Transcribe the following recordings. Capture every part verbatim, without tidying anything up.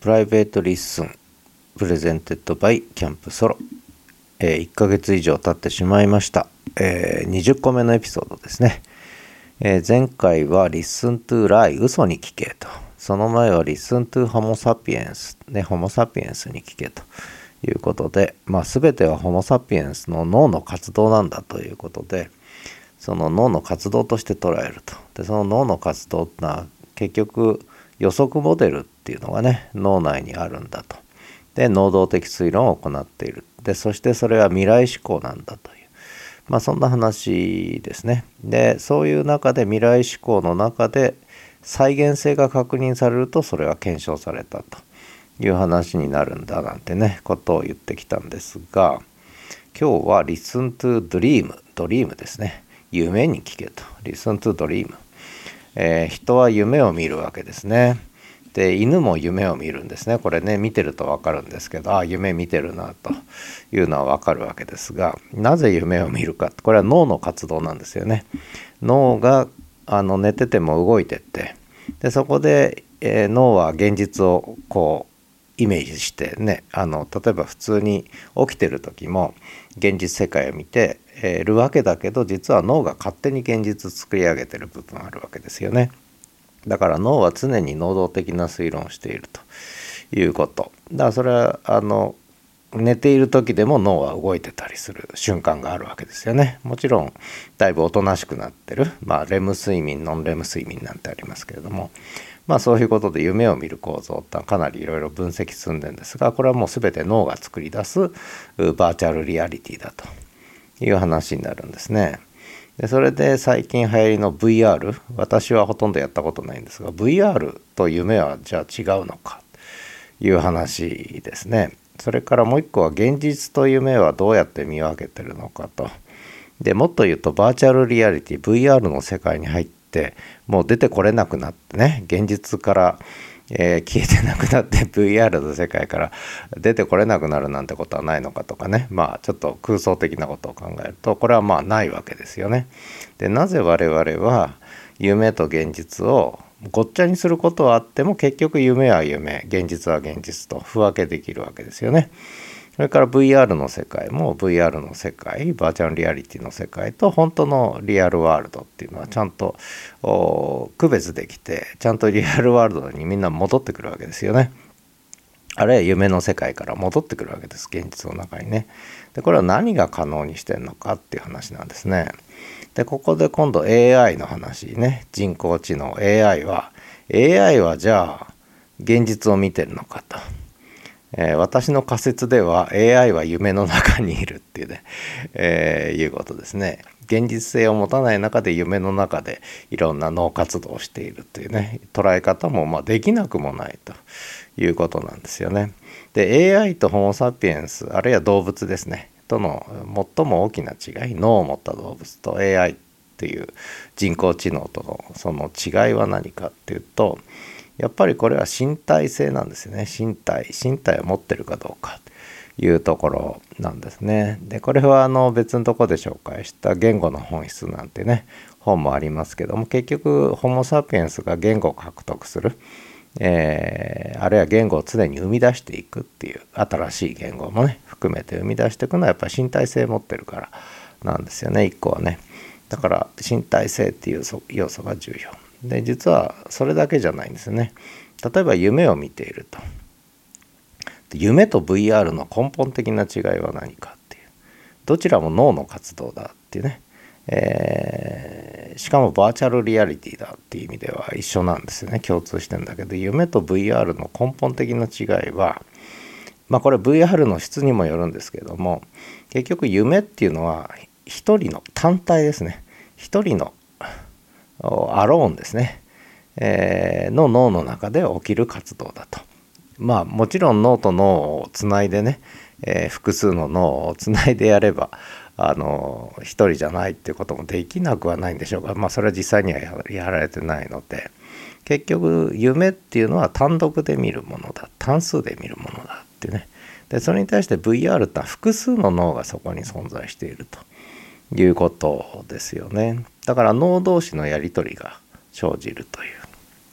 プライベートリッスンプレゼンテッドバイキャンプソロ、えー、いっかげつ以上経ってしまいました、えー、にじゅっこめのエピソードですね、えー、前回は Listen to Lie 嘘に聞けと、その前は Listen to Homo sapiens ね、ホモサピエンスに聞けということで、まあ全てはホモサピエンスの脳の活動なんだということで、その脳の活動として捉えると。でその脳の活動ってのは結局予測モデルっていうのがね脳内にあるんだと。で能動的推論を行っている。でそしてそれは未来思考なんだという、まあそんな話ですね。でそういう中で未来思考の中で再現性が確認されるとそれは検証されたという話になるんだなんてねことを言ってきたんですが、今日は Listen to Dream ドリームですね。夢に聞けと。 Listen to Dream、えー、人は夢を見るわけですね。で犬も夢を見るんですね。これね見てると分かるんですけど、ああ夢見てるなというのは分かるわけですが、なぜ夢を見るか、これは脳の活動なんですよね。脳があの寝てても動いてって、でそこで、えー、脳は現実をこうイメージしてね、あの例えば普通に起きてる時も現実世界を見ているわけだけど、実は脳が勝手に現実作り上げてる部分あるわけですよね。だから脳は常に能動的な推論をしているということ。だからそれはあの寝ている時でも脳は動いてたりする瞬間があるわけですよね。もちろんだいぶおとなしくなってる、まあレム睡眠ノンレム睡眠なんてありますけれども、まあそういうことで夢を見る構造ってかなりいろいろ分析進んでるんですが、これはもう全て脳が作り出すバーチャルリアリティだという話になるんですね。でそれで最近流行りの ブイアール、 私はほとんどやったことないんですが、 ブイアール と夢はじゃあ違うのかという話ですね。それからもう一個は現実と夢はどうやって見分けてるのかと。でもっと言うとバーチャルリアリティ ブイアール の世界に入ってもう出てこれなくなってね、現実からえー、消えてなくなって ブイアール の世界から出てこれなくなるなんてことはないのかとかね、まあちょっと空想的なことを考えるとこれはまあないわけですよね。でなぜ我々は夢と現実をごっちゃにすることはあっても結局夢は夢現実は現実と不分けできるわけですよね。それから ブイアール の世界も ブイアール の世界、バーチャルリアリティの世界と本当のリアルワールドっていうのはちゃんと区別できて、ちゃんとリアルワールドにみんな戻ってくるわけですよね。あるいは夢の世界から戻ってくるわけです、現実の中にね。でこれは何が可能にしてんのかっていう話なんですね。でここで今度 エーアイ の話ね、人工知能 エーアイ は エーアイ はじゃあ現実を見てるのかと。えー、私の仮説では エーアイ は夢の中にいるっていうね、えー、いうことですね。現実性を持たない中で夢の中でいろんな脳活動をしているというね捉え方もまあできなくもないということなんですよね。で エーアイ とホモ・サピエンスあるいは動物ですねとの最も大きな違い、脳を持った動物と エーアイ っていう人工知能とのその違いは何かっていうと、やっぱりこれは身体性なんですよね。身体身体を持ってるかどうかというところなんですね。でこれはあの別のところで紹介した言語の本質なんてね本もありますけども、結局ホモ・サピエンスが言語を獲得する、えー、あるいは言語を常に生み出していくっていう新しい言語もね含めて生み出していくのはやっぱり身体性を持ってるからなんですよね、一個はね。だから身体性っていう要素が重要で、実はそれだけじゃないんですよね。例えば夢を見ていると、夢と ブイアール の根本的な違いは何かっていう、どちらも脳の活動だっていうね、えー、しかもバーチャルリアリティだっていう意味では一緒なんですよね、共通してんだけど、夢と ブイアール の根本的な違いはまあこれ ブイアール の質にもよるんですけども、結局夢っていうのは一人の単体ですね、一人のアローンですね、えー、の脳の中で起きる活動だと。まあもちろん脳と脳をつないでね、えー、複数の脳をつないでやればあの一人じゃないっていうこともできなくはないんでしょうが、まあそれは実際にはやられてないので、結局夢っていうのは単独で見るものだ、単数で見るものだってね。でそれに対して ブイアール ってのは複数の脳がそこに存在しているということですよね。だから脳同士のやり取りが生じるという、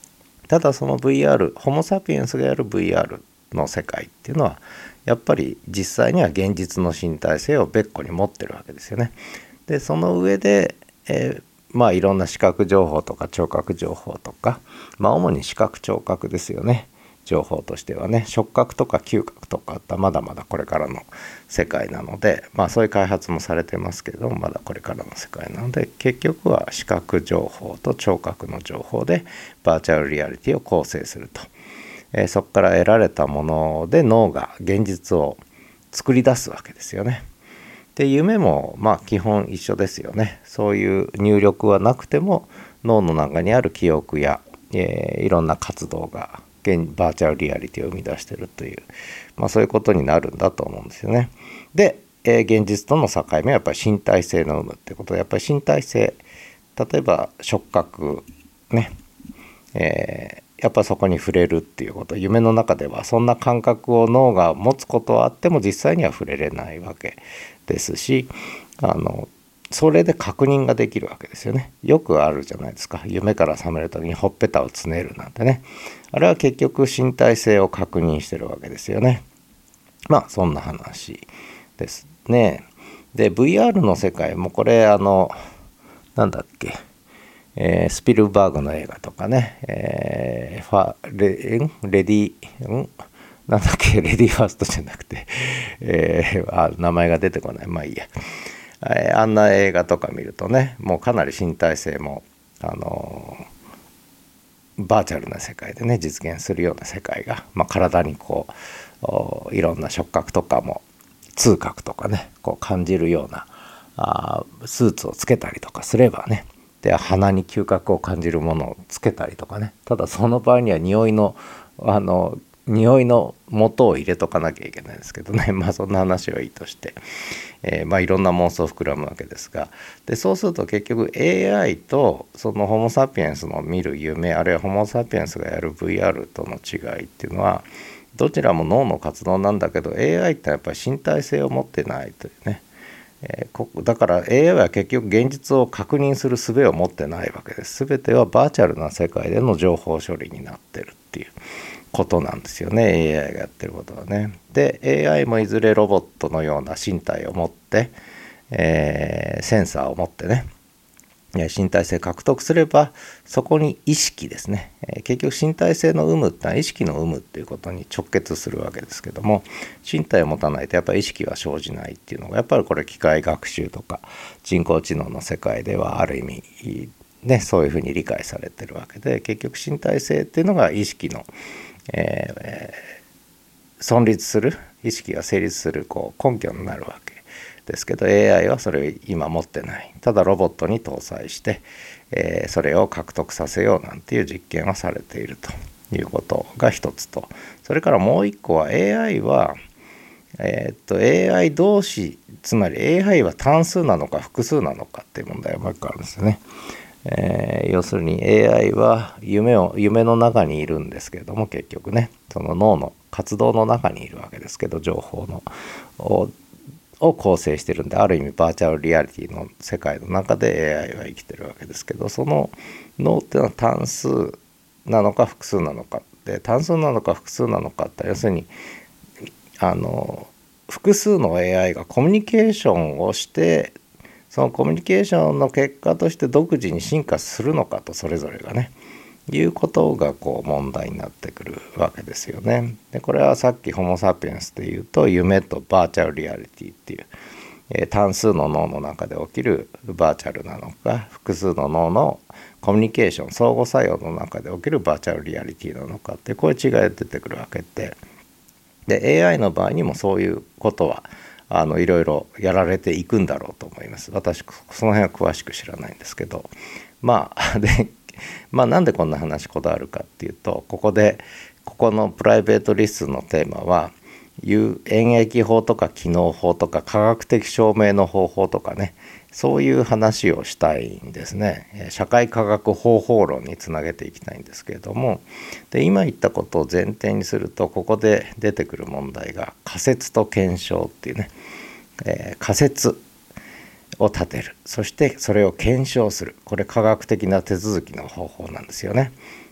ただその ブイアール、ホモ・サピエンスがやる ブイアール の世界っていうのはやっぱり実際には現実の身体性を別個に持ってるわけですよね。でその上で、えー、まあいろんな視覚情報とか聴覚情報とか、まあ主に視覚聴覚ですよね。情報としてはね、触覚とか嗅覚とかってまだまだこれからの世界なので、まあそういう開発もされてますけれども、まだこれからの世界なので、結局は視覚情報と聴覚の情報でバーチャルリアリティを構成すると、えー、そこから得られたもので脳が現実を作り出すわけですよね。で夢もまあ基本一緒ですよね。そういう入力はなくても脳の中にある記憶や、えー、いろんな活動が現バーチャルリアリティを生み出しているという、まあ、そういうことになるんだと思うんですよね。で、えー、現実との境目はやっぱり身体性の有無っていうことで、やっぱり身体性、例えば触覚ね、えー、やっぱそこに触れるっていうこと、夢の中ではそんな感覚を脳が持つことはあっても実際には触れれないわけですし、あのそれで確認ができるわけですよね。よくあるじゃないですか。夢から覚める時にほっぺたをつねるなんてね。あれは結局身体性を確認してるわけですよね。まあそんな話ですね。で ブイアール の世界もこれあのなんだっけ、えー、スピルバーグの映画とかね、えー、ファレレディんなんだっけレディーファーストじゃなくて、えー、あ名前が出てこない。まあいいや。あんな映画とか見るとね、もうかなり身体性もあのバーチャルな世界でね実現するような世界が、まあ、体にこういろんな触覚とかも痛覚とかねこう感じるようなあスーツをつけたりとかすればね、で鼻に嗅覚を感じるものをつけたりとかね、ただその場合には匂いのあの匂いの素を入れとかなきゃいけないですけどね、まあそんな話はいいとして、えー、まあいろんな妄想膨らむわけですが、でそうすると結局 エーアイ とそのホモ・サピエンスの見る夢、あるいはホモ・サピエンスがやる ブイアール との違いっていうのはどちらも脳の活動なんだけど エーアイ ってやっぱり身体性を持ってないというね、えー、こだから エーアイ は結局現実を確認する術を持ってないわけです。全てはバーチャルな世界での情報処理になってるっていうことなんですよね、 エーアイ がやってることはね。で エーアイ もいずれロボットのような身体を持って、えー、センサーを持ってね身体性獲得すればそこに意識ですね、えー、結局身体性の有無ってのは意識の有無っていうことに直結するわけですけども、身体を持たないとやっぱり意識は生じないっていうのがやっぱりこれ機械学習とか人工知能の世界ではある意味ねそういうふうに理解されてるわけで、結局身体性っていうのが意識のえー、存立する意識が成立するこう根拠になるわけですけど、 エーアイ はそれを今持ってない。ただロボットに搭載して、えー、それを獲得させようなんていう実験はされているということが一つと、それからもう一個は エーアイ はえー、っと エーアイ 同士、つまり エーアイ は単数なのか複数なのかっていう問題がもう一個あるんですよね。えー、要するに エーアイ は夢を夢の中にいるんですけれども、結局ねその脳の活動の中にいるわけですけど、情報のをを構成してるんで、ある意味バーチャルリアリティの世界の中で エーアイ は生きてるわけですけど、その脳っていうのは単数なのか複数なのかで、単数なのか複数なのかって要するにあの複数の エーアイ がコミュニケーションをしてそのコミュニケーションの結果として独自に進化するのかと、それぞれがねいうことがこう問題になってくるわけですよね。でこれはさっきホモ・サピエンスでいうと夢とバーチャルリアリティっていう、えー、単数の脳の中で起きるバーチャルなのか、複数の脳のコミュニケーション相互作用の中で起きるバーチャルリアリティなのかって、こういう違いが出てくるわけで、で エーアイ の場合にもそういうことはあのいろいろやられていくんだろうと思います。私その辺は詳しく知らないんですけど、まあでまあなんでこんな話こだわるかっていうと、ここでここのプライベートリストのテーマは演疫法とか機能法とか科学的証明の方法とかね、そういう話をしたいんですね。社会科学方法論につなげていきたいんですけれども、で今言ったことを前提にすると、ここで出てくる問題が仮説と検証っていうね、えー、仮説を立てる、そしてそれを検証する、これ科学的な手続きの方法なんですよね。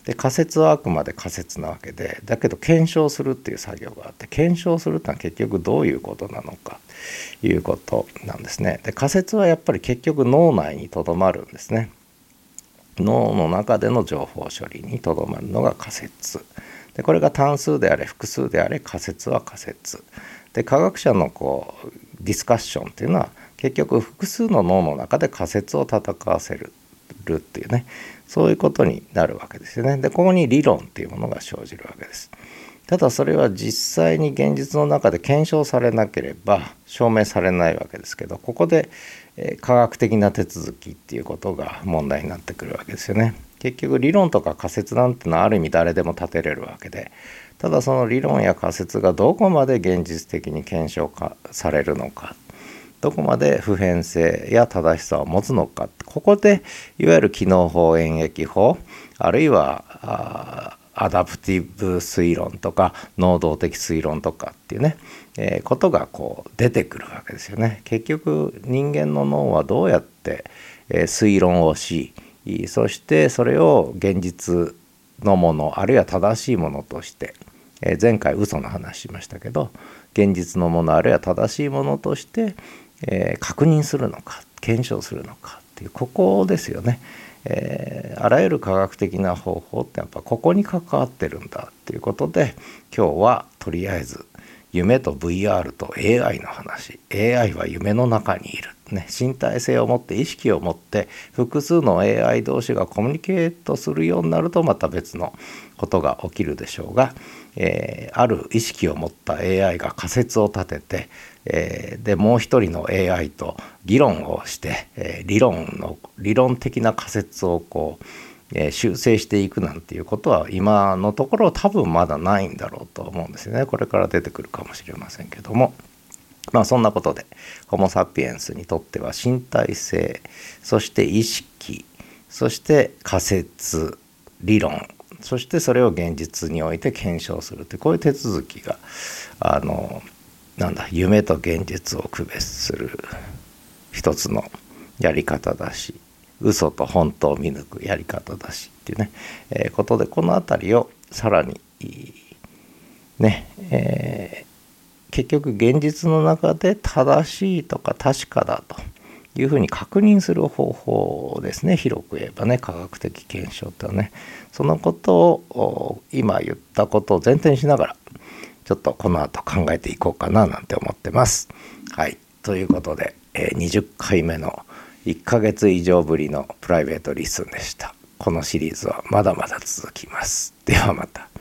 で仮説はあくまで仮説なわけで、だけど検証するっていう作業があって、検証するってのは結局どういうことなのかということなんですね。で仮説はやっぱり結局脳内にとどまるんですね。脳の中での情報処理にとどまるのが仮説で、これが単数であれ複数であれ仮説は仮説で、科学者のこうディスカッションっていうのは結局複数の脳の中で仮説を戦わせるっていうね、そういうことになるわけですよね。でここに理論っていうものが生じるわけです。ただそれは実際に現実の中で検証されなければ証明されないわけですけど、ここで科学的な手続きっていうことが問題になってくるわけですよね。結局理論とか仮説なんてのはある意味誰でも立てれるわけで、ただその理論や仮説がどこまで現実的に検証化されるのか、どこまで普遍性や正しさを持つのか、ここでいわゆる機能法演疫法、あるいはアダプティブ推論とか能動的推論とかっていうね、えー、ことがこう出てくるわけですよね。結局人間の脳はどうやって、えー、推論をし、そしてそれを現実のものあるいは正しいものとして、えー、前回嘘の話しましたけど、現実のものあるいは正しいものとして、えー、確認するのか検証するのかっていう、ここですよね。えー、あらゆる科学的な方法ってやっぱここに関わってるんだっていうことで、今日はとりあえず夢と ブイアール と エーアイ の話。 エーアイ は夢の中にいる、ね、身体性を持って意識を持って複数の エーアイ 同士がコミュニケートするようになるとまた別のことが起きるでしょうが、えー、ある意識を持った エーアイ が仮説を立てて、えー、でもう一人の エーアイ と議論をして、えー、理論の理論的な仮説をこうえー、修正していくなんていうことは今のところ多分まだないんだろうと思うんですよね。これから出てくるかもしれませんけども、まあそんなことでホモ・サピエンスにとっては身体性、そして意識、そして仮説、理論、そしてそれを現実において検証するという、こういう手続きがあのなんだ夢と現実を区別する一つのやり方だし、嘘と本当を見抜くやり方だしっていうね、えー、ことで、このあたりをさらにね、えー、結局現実の中で正しいとか確かだというふうに確認する方法ですね。広く言えばね、科学的検証ってはね、そのことを今言ったことを前提にしながらちょっとこの後考えていこうかななんて思ってます。はい、ということで、えー、にじゅっかいめのいっかげつ以上ぶりのプライベートリッスンでした。このシリーズはまだまだ続きます。ではまた。